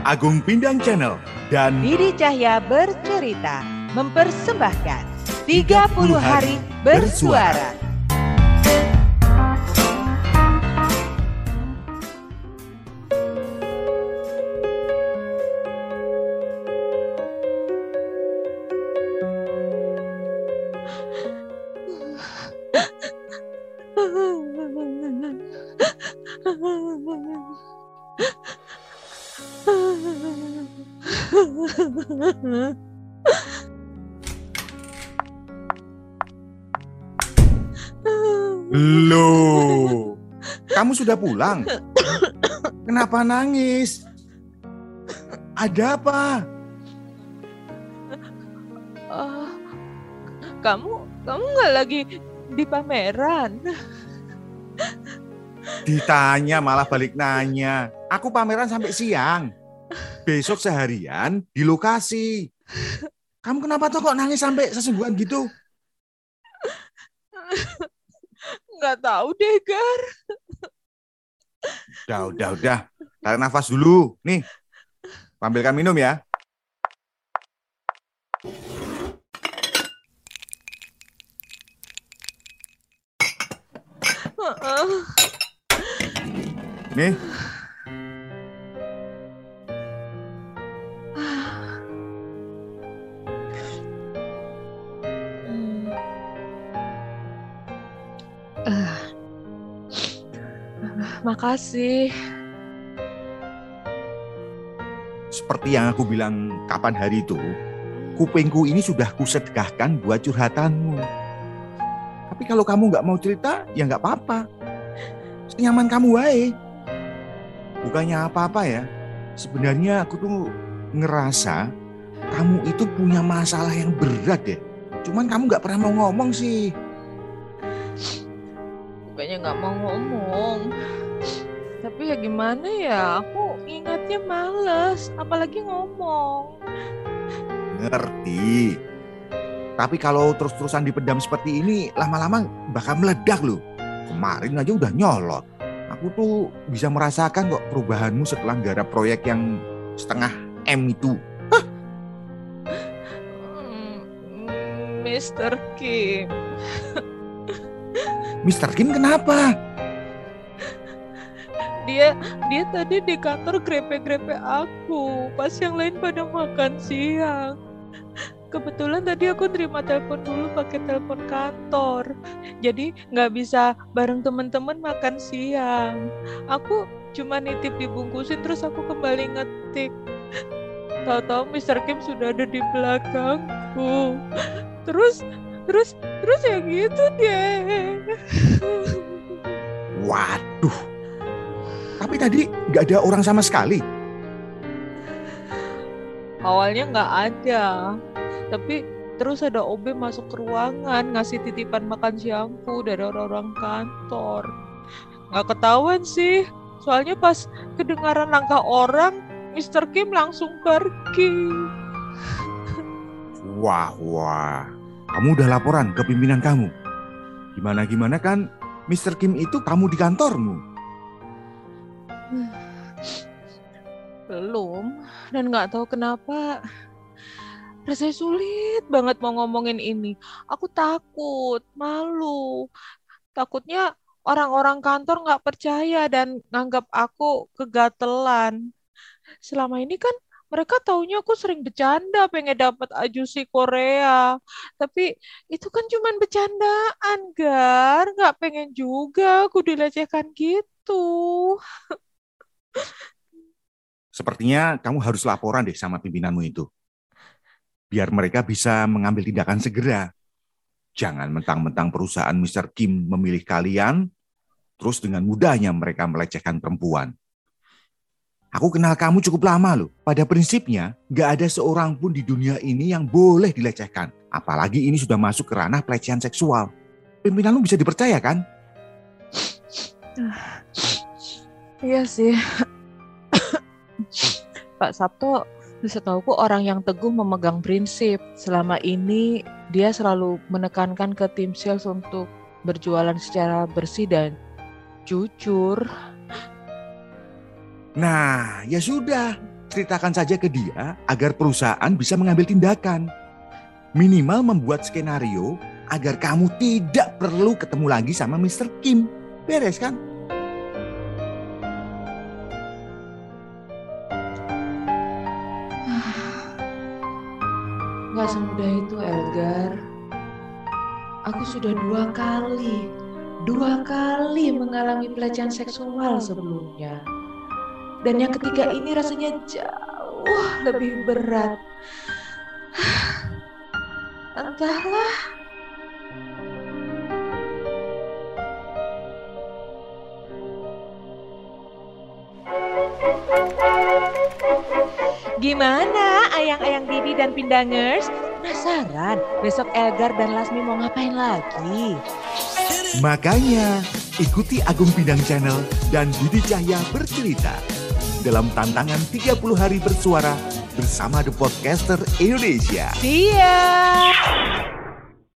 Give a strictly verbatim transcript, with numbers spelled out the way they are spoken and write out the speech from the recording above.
Agung Pindang Channel dan Didi Cahya Bercerita mempersembahkan tiga puluh Hari Bersuara. Loh, kamu sudah pulang? Kenapa nangis? Ada apa? Uh, kamu, kamu nggak lagi di pameran? Ditanya malah balik nanya. Aku pameran sampai siang. Besok seharian di lokasi. Kamu kenapa tuh kok nangis sampai sesungguhan gitu? Nggak tahu deh, Gar. Udah, udah, udah. Tarik nafas dulu. Nih, ambilkan minum ya. Nih. Uh, makasih. Seperti yang aku bilang kapan hari itu, kupingku ini sudah kusedekahkan buat curhatanmu. Tapi kalau kamu nggak mau cerita, ya nggak apa-apa. Senyaman kamu wae. Bukannya apa-apa ya. Sebenarnya aku tuh ngerasa kamu itu punya masalah yang berat deh. Cuman kamu nggak pernah mau ngomong sih. Bukannya nggak mau ngomong, tapi ya gimana ya, aku ingatnya males, apalagi ngomong. Ngerti. Tapi kalau terus-terusan dipendam seperti ini, lama-lama bakal meledak loh. Kemarin aja udah nyolot. Aku tuh bisa merasakan kok perubahanmu setelah garap proyek yang setengah M itu. Hah? Hmm, mister Kim. mister Kim kenapa? Dia dia tadi di kantor grepe-grepe aku pas yang lain pada makan siang. Kebetulan tadi aku terima telepon dulu pakai telepon kantor. Jadi nggak bisa bareng teman-teman makan siang. Aku cuma nitip dibungkusin terus aku kembali ngetik. Tahu-tahu mister Kim sudah ada di belakangku. Terus Terus, terus ya gitu deh. Waduh. Tapi tadi nggak ada orang sama sekali. Awalnya nggak ada. Tapi terus ada O B masuk ke ruangan ngasih titipan makan siangku dari orang-orang kantor. Nggak ketahuan sih. Soalnya pas kedengaran langkah orang, mister Kim langsung pergi. Wah, wah. Kamu udah laporan ke pimpinan kamu? Gimana-gimana kan mister Kim itu kamu di kantormu? Belum, dan gak tahu kenapa rasanya sulit banget mau ngomongin ini. Aku takut, malu. Takutnya orang-orang kantor gak percaya dan nganggap aku kegatelan. Selama ini kan mereka taunya aku sering bercanda pengen dapat ajusi Korea. Tapi itu kan cuman bercandaan, Gar. Nggak pengen juga aku dilecehkan gitu. Sepertinya kamu harus laporan deh sama pimpinanmu itu. Biar mereka bisa mengambil tindakan segera. Jangan mentang-mentang perusahaan mister Kim memilih kalian, terus dengan mudahnya mereka melecehkan perempuan. Aku kenal kamu cukup lama loh. Pada prinsipnya, nggak ada seorang pun di dunia ini yang boleh dilecehkan. Apalagi ini sudah masuk ke ranah pelecehan seksual. Pimpinanmu bisa dipercaya kan? Iya sih. Pak Sabto, setahuku orang yang teguh memegang prinsip. Selama ini dia selalu menekankan ke tim sales untuk berjualan secara bersih dan jujur. Nah, ya sudah. ceritakan saja ke dia agar perusahaan bisa mengambil tindakan. Minimal membuat skenario agar kamu tidak perlu ketemu lagi sama mister Kim. Beres kan? Gak semudah itu, Elgar. Aku sudah dua kali, dua kali mengalami pelecehan seksual sebelumnya. Dan yang ketiga ini rasanya jauh lebih berat. Entahlah. Gimana ayang-ayang Didi dan Pindangers? Penasaran besok Elgar dan Lasmi mau ngapain lagi? Makanya ikuti Agung Pindang Channel dan Didi Cahya bercerita dalam tantangan tiga puluh hari bersuara bersama The Podcaster Indonesia. See ya!